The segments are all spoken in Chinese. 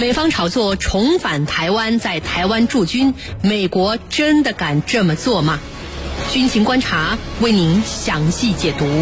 美方炒作重返台湾，在台湾驻军，美国真的敢这么做吗？军情观察为您详细解读。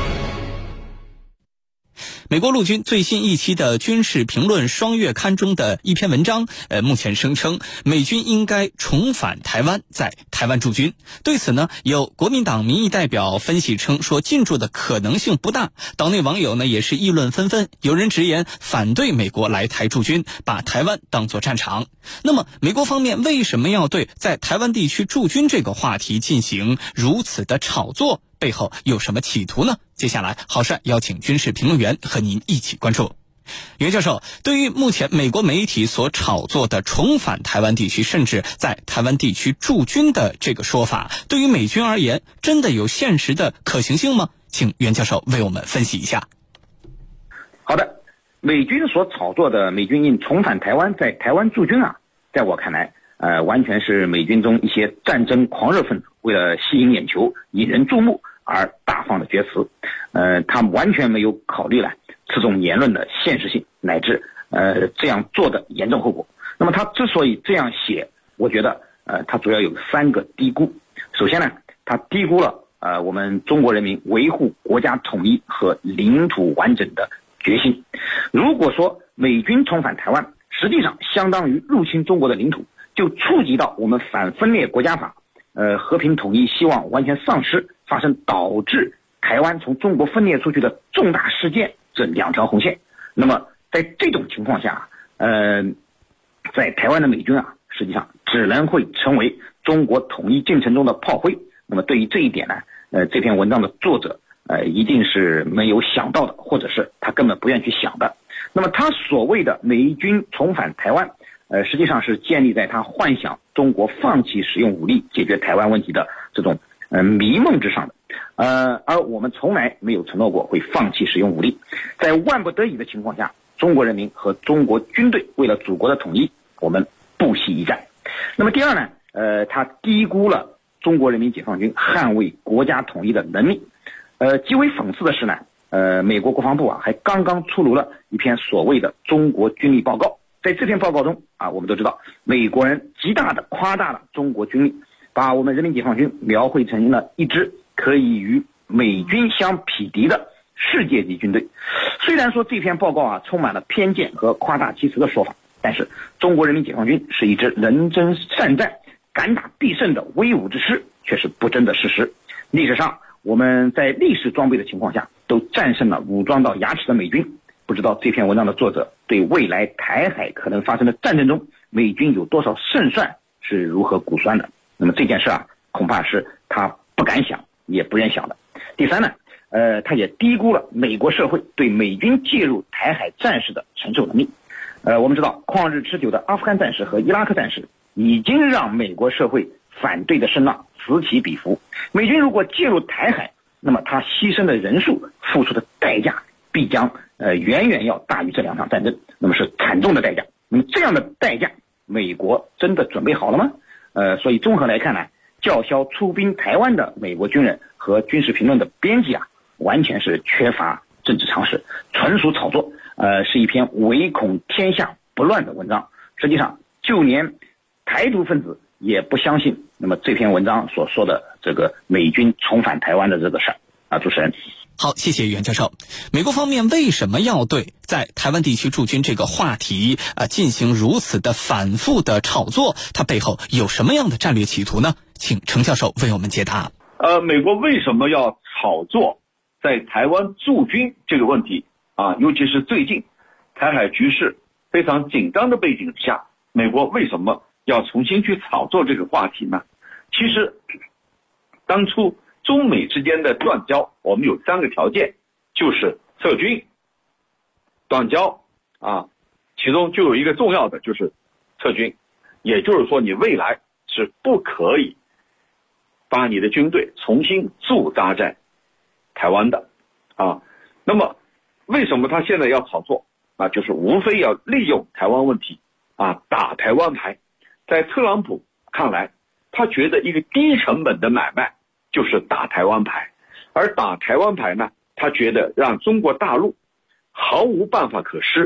美国陆军最新一期的军事评论双月刊中的一篇文章，目前声称美军应该重返台湾，在台湾驻军。对此呢，有国民党民意代表分析称说进驻的可能性不大。岛内网友呢也是议论纷纷，有人直言反对美国来台驻军，把台湾当作战场。那么美国方面为什么要对在台湾地区驻军这个话题进行如此的炒作？背后有什么企图呢？接下来郝帅邀请军事评论员和您一起关注。袁教授，对于目前美国媒体所炒作的重返台湾地区，甚至在台湾地区驻军的这个说法，对于美军而言真的有现实的可行性吗？请袁教授为我们分析一下。 好的，美军所炒作的美军应重返台湾，在台湾驻军在我看来完全是美军中一些战争狂热分子为了吸引眼球、引人注目而大放的厥词。他们完全没有考虑了此种言论的现实性，乃至这样做的严重后果。那么他之所以这样写，我觉得他主要有3个低估。首先呢，他低估了我们中国人民维护国家统一和领土完整的决心。如果说美军重返台湾，实际上相当于入侵中国的领土，就触及到我们反分裂国家法和平统一希望完全丧失，发生导致台湾从中国分裂出去的重大事件这2条红线。那么在这种情况下在台湾的美军实际上只能会成为中国统一进程中的炮灰。那么对于这一点呢这篇文章的作者一定是没有想到的，或者是他根本不愿去想的。那么他所谓的美军重返台湾实际上是建立在他幻想中国放弃使用武力解决台湾问题的这种迷梦之上的。而我们从来没有承诺过会放弃使用武力。在万不得已的情况下，中国人民和中国军队为了祖国的统一，我们不惜一战。那么第二呢，他低估了中国人民解放军捍卫国家统一的能力。极为讽刺的是呢，美国国防部还刚刚出炉了一篇所谓的中国军力报告。在这篇报告中我们都知道，美国人极大的夸大了中国军力，把我们人民解放军描绘成了一支可以与美军相匹敌的世界级军队。虽然说这篇报告充满了偏见和夸大其词的说法，但是中国人民解放军是一支能征善战、敢打必胜的威武之师，却是不争的事实。历史上我们在历史装备的情况下都战胜了武装到牙齿的美军。不知道这篇文章的作者对未来台海可能发生的战争中美军有多少胜算是如何估算的。那么这件事恐怕是他不敢想也不愿想的。第三呢，他也低估了美国社会对美军介入台海战事的承受能力。我们知道旷日持久的阿富汗战事和伊拉克战事已经让美国社会反对的声浪此起彼伏。美军如果介入台海，那么他牺牲的人数、付出的代价必将远远要大于这2场战争，那么是惨重的代价。那么这样的代价，美国真的准备好了吗？所以综合来看呢，叫嚣出兵台湾的美国军人和军事评论的编辑完全是缺乏政治常识，纯属炒作，是一篇唯恐天下不乱的文章。实际上就连台独分子也不相信那么这篇文章所说的这个美军重返台湾的这个事儿。主持人好，谢谢袁教授。美国方面为什么要对在台湾地区驻军这个话题进行如此的反复的炒作？它背后有什么样的战略企图呢？请程教授为我们解答。 美国为什么要炒作在台湾驻军这个问题尤其是最近台海局势非常紧张的背景之下，美国为什么要重新去炒作这个话题呢？其实当初中美之间的断交，我们有3个条件，就是撤军、断交其中就有一个重要的就是撤军，也就是说你未来是不可以把你的军队重新驻扎在台湾的那么为什么他现在要炒作就是无非要利用台湾问题打台湾牌。在特朗普看来，他觉得一个低成本的买卖就是打台湾牌，而打台湾牌呢，他觉得让中国大陆毫无办法可施，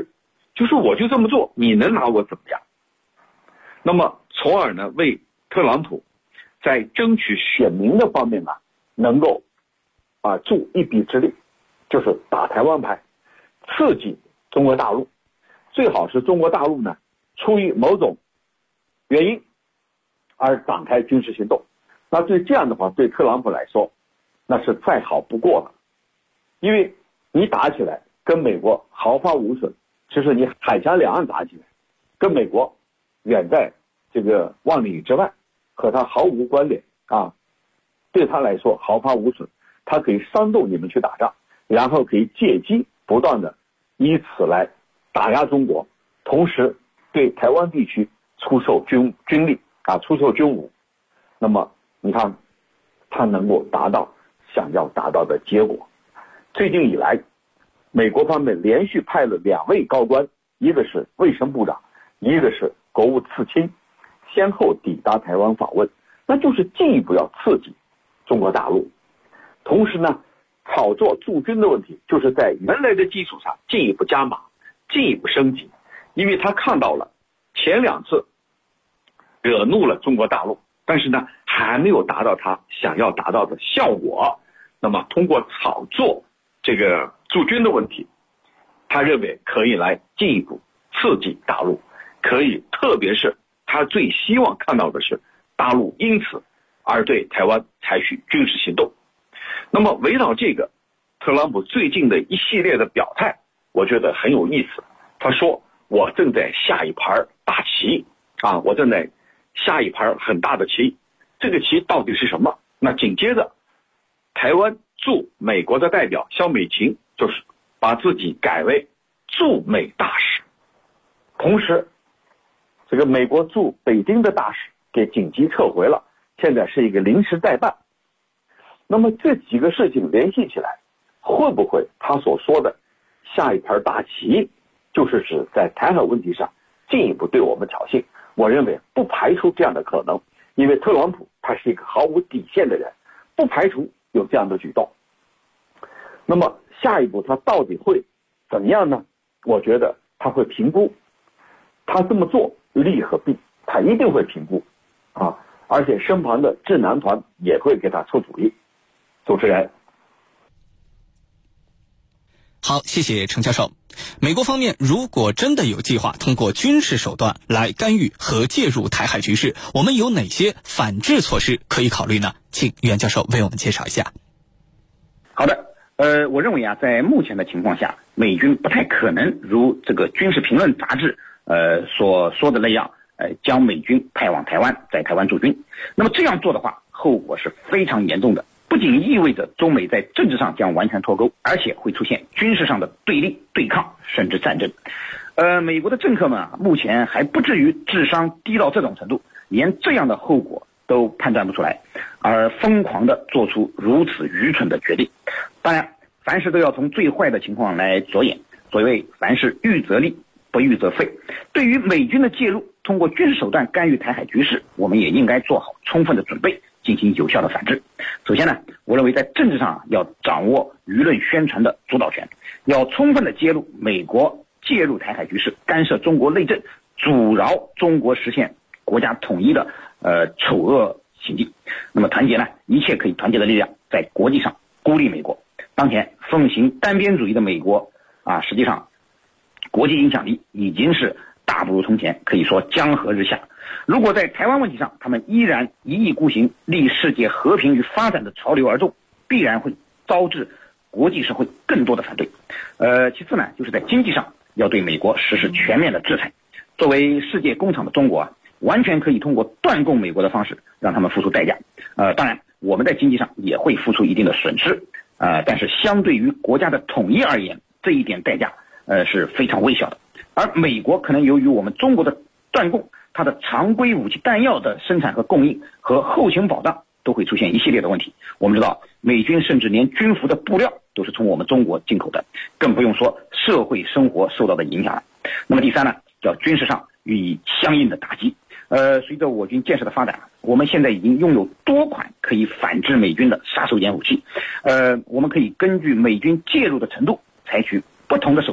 就是我就这么做，你能拿我怎么样？那么从而呢，为特朗普在争取选民的方面呢，能够助一臂之力，就是打台湾牌，刺激中国大陆，最好是中国大陆呢出于某种原因而展开军事行动。那对这样的话，对特朗普来说那是再好不过了，因为你打起来跟美国毫发无损，其实你海峡两岸打起来跟美国远在这个万里之外，和他毫无关联对他来说毫发无损，他可以煽动你们去打仗，然后可以借机不断的以此来打压中国，同时对台湾地区出售军力出售军武。那么你看他能够达到想要达到的结果。最近以来，美国方面连续派了2位高官，一个是卫生部长，一个是国务次卿，先后抵达台湾访问，那就是进一步要刺激中国大陆。同时呢，炒作驻军的问题就是在原来的基础上进一步加码，进一步升级，因为他看到了前2次惹怒了中国大陆，但是呢还没有达到他想要达到的效果。那么通过炒作这个驻军的问题，他认为可以来进一步刺激大陆，可以，特别是他最希望看到的是大陆因此而对台湾采取军事行动。那么围绕这个，特朗普最近的一系列的表态，我觉得很有意思。他说我正在下一盘大棋我正在下一盘很大的棋，这个棋到底是什么？那紧接着台湾驻美国的代表萧美琴就是把自己改为驻美大使，同时这个美国驻北京的大使给紧急撤回了，现在是一个临时代办。那么这几个事情联系起来，会不会他所说的下一盘大棋就是指在台海问题上进一步对我们挑衅？我认为不排除这样的可能，因为特朗普他是一个毫无底线的人，不排除有这样的举动。那么下一步他到底会怎么样呢？我觉得他会评估，他这么做利和弊，他一定会评估而且身旁的智囊团也会给他出主意。主持人， 好，谢谢程教授。美国方面如果真的有计划通过军事手段来干预和介入台海局势，我们有哪些反制措施可以考虑呢？请袁教授为我们介绍一下。 好的，我认为在目前的情况下，美军不太可能如这个军事评论杂志所说的那样，将美军派往台湾，在台湾驻军。那么这样做的话，后果是非常严重的，不仅意味着中美在政治上将完全脱钩，而且会出现军事上的对立、对抗，甚至战争。美国的政客们目前还不至于智商低到这种程度，连这样的后果都判断不出来，而疯狂地做出如此愚蠢的决定。当然，凡事都要从最坏的情况来着眼，所谓凡事预则立，不预则废。对于美军的介入，通过军事手段干预台海局势，我们也应该做好充分的准备，进行有效的反制。首先呢，我认为在政治上要掌握舆论宣传的主导权，要充分的揭露美国介入台海局势，干涉中国内政，阻挠中国实现国家统一的丑恶行径。那么团结呢，一切可以团结的力量在国际上孤立美国。当前奉行单边主义的美国实际上国际影响力已经是大不如从前，可以说江河日下。如果在台湾问题上他们依然一意孤行，立世界和平与发展的潮流而动，必然会招致国际社会更多的反对。其次呢，就是在经济上要对美国实施全面的制裁。作为世界工厂的中国完全可以通过断供美国的方式让他们付出代价。当然我们在经济上也会付出一定的损失，但是相对于国家的统一而言，这一点代价是非常微小的。而美国可能由于我们中国的断供，它的常规武器弹药的生产和供应和后勤保障都会出现一系列的问题。我们知道美军甚至连军服的布料都是从我们中国进口的，更不用说社会生活受到的影响了。那么第三呢，叫军事上予以相应的打击。随着我军建设的发展，我们现在已经拥有多款可以反制美军的杀手锏武器。我们可以根据美军介入的程度，采取不同的手段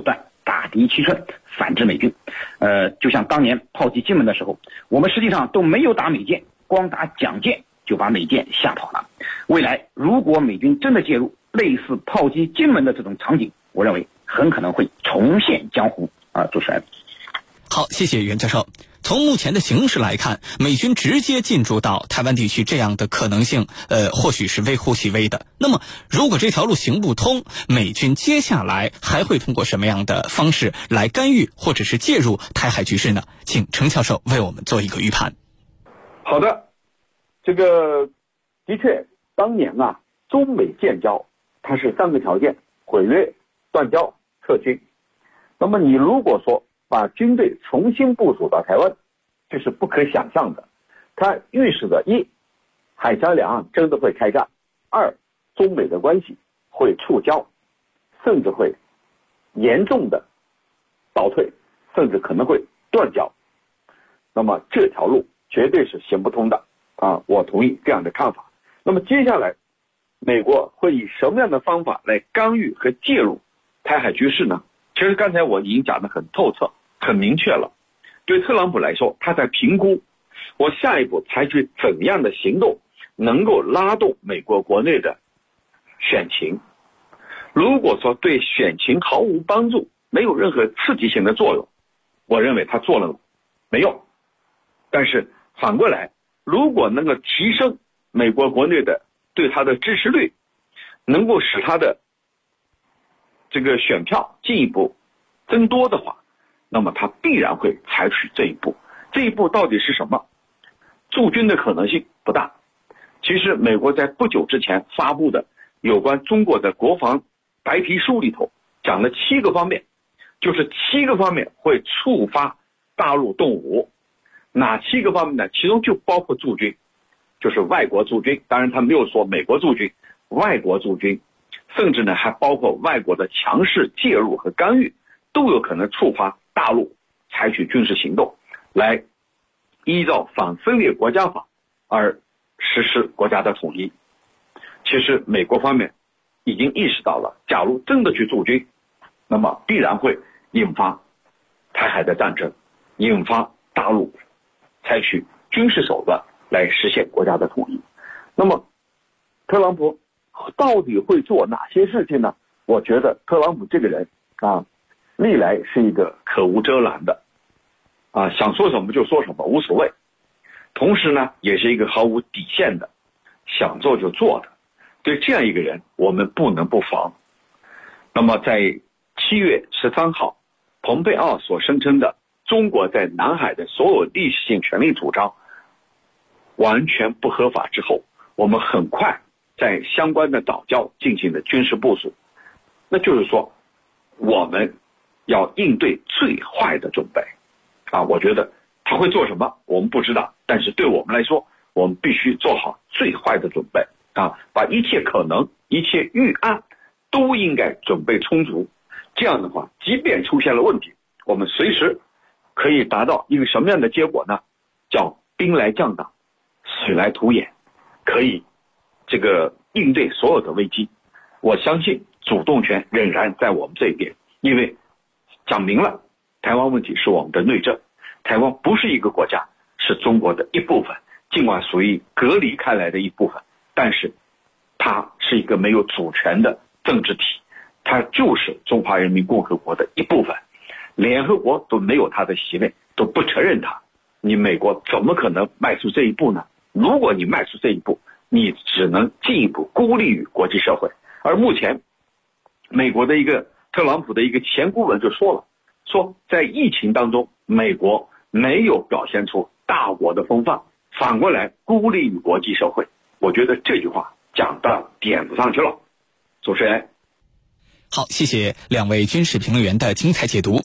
打敌七寸，反制美军。就像当年炮击金门的时候，我们实际上都没有打美舰，光打蒋舰就把美舰吓跑了。未来如果美军真的介入，类似炮击金门的这种场景，我认为很可能会重现江湖啊！主持人， 好，谢谢袁教授。从目前的形势来看，美军直接进驻到台湾地区这样的可能性，或许是微乎其微的。那么，如果这条路行不通，美军接下来还会通过什么样的方式来干预或者是介入台海局势呢？请程教授为我们做一个预判。 好的，这个的确，当年中美建交，它是3个条件：毁约、断交、撤军。那么你如果说把军队重新部署到台湾，这是不可想象的。它预示着一，海峡两岸真的会开战；二，中美的关系会触礁，甚至会严重的倒退，甚至可能会断交。那么这条路绝对是行不通的啊！我同意这样的看法。那么接下来，美国会以什么样的方法来干预和介入台海局势呢？其实刚才我已经讲得很透彻、很明确了。对特朗普来说，他在评估我下一步采取怎样的行动能够拉动美国国内的选情。如果说对选情毫无帮助，没有任何刺激性的作用，我认为他做了没用。但是反过来，如果能够提升美国国内的对他的支持率，能够使他的这个选票进一步增多的话，那么他必然会采取这一步。这一步到底是什么？驻军的可能性不大。其实美国在不久之前发布的有关中国的国防白皮书里头讲了7个方面，就是7个方面会触发大陆动武。哪7个方面呢？其中就包括驻军，就是外国驻军，当然他没有说美国驻军，外国驻军，甚至呢还包括外国的强势介入和干预，都有可能触发大陆采取军事行动，来依照反分裂国家法而实施国家的统一。其实美国方面已经意识到了，假如真的去驻军，那么必然会引发台海的战争，引发大陆采取军事手段来实现国家的统一。那么特朗普到底会做哪些事情呢？我觉得特朗普这个人历来是一个口无遮拦的想说什么就说什么，无所谓。同时呢，也是一个毫无底线的，想做就做的。对这样一个人，我们不能不防。那么在7月13号，蓬佩奥所声称的中国在南海的所有历史性权利主张完全不合法之后，我们很快在相关的岛礁进行了军事部署。那就是说，我们要应对最坏的准备我觉得他会做什么我们不知道，但是对我们来说，我们必须做好最坏的准备把一切可能、一切预案都应该准备充足。这样的话，即便出现了问题，我们随时可以达到一个什么样的结果呢？叫兵来将挡，水来土掩，可以这个应对所有的危机。我相信主动权仍然在我们这边，因为讲明了，台湾问题是我们的内政，台湾不是一个国家，是中国的一部分，尽管属于隔离开来的一部分，但是它是一个没有主权的政治体，它就是中华人民共和国的一部分，联合国都没有它的席位，都不承认它，你美国怎么可能迈出这一步呢？如果你迈出这一步，你只能进一步孤立于国际社会。而目前美国的一个特朗普的一个前顾问就说了，说在疫情当中，美国没有表现出大国的风范，反过来孤立于国际社会。我觉得这句话讲到点子上去了。主持人， 好，谢谢2位军事评论员的精彩解读。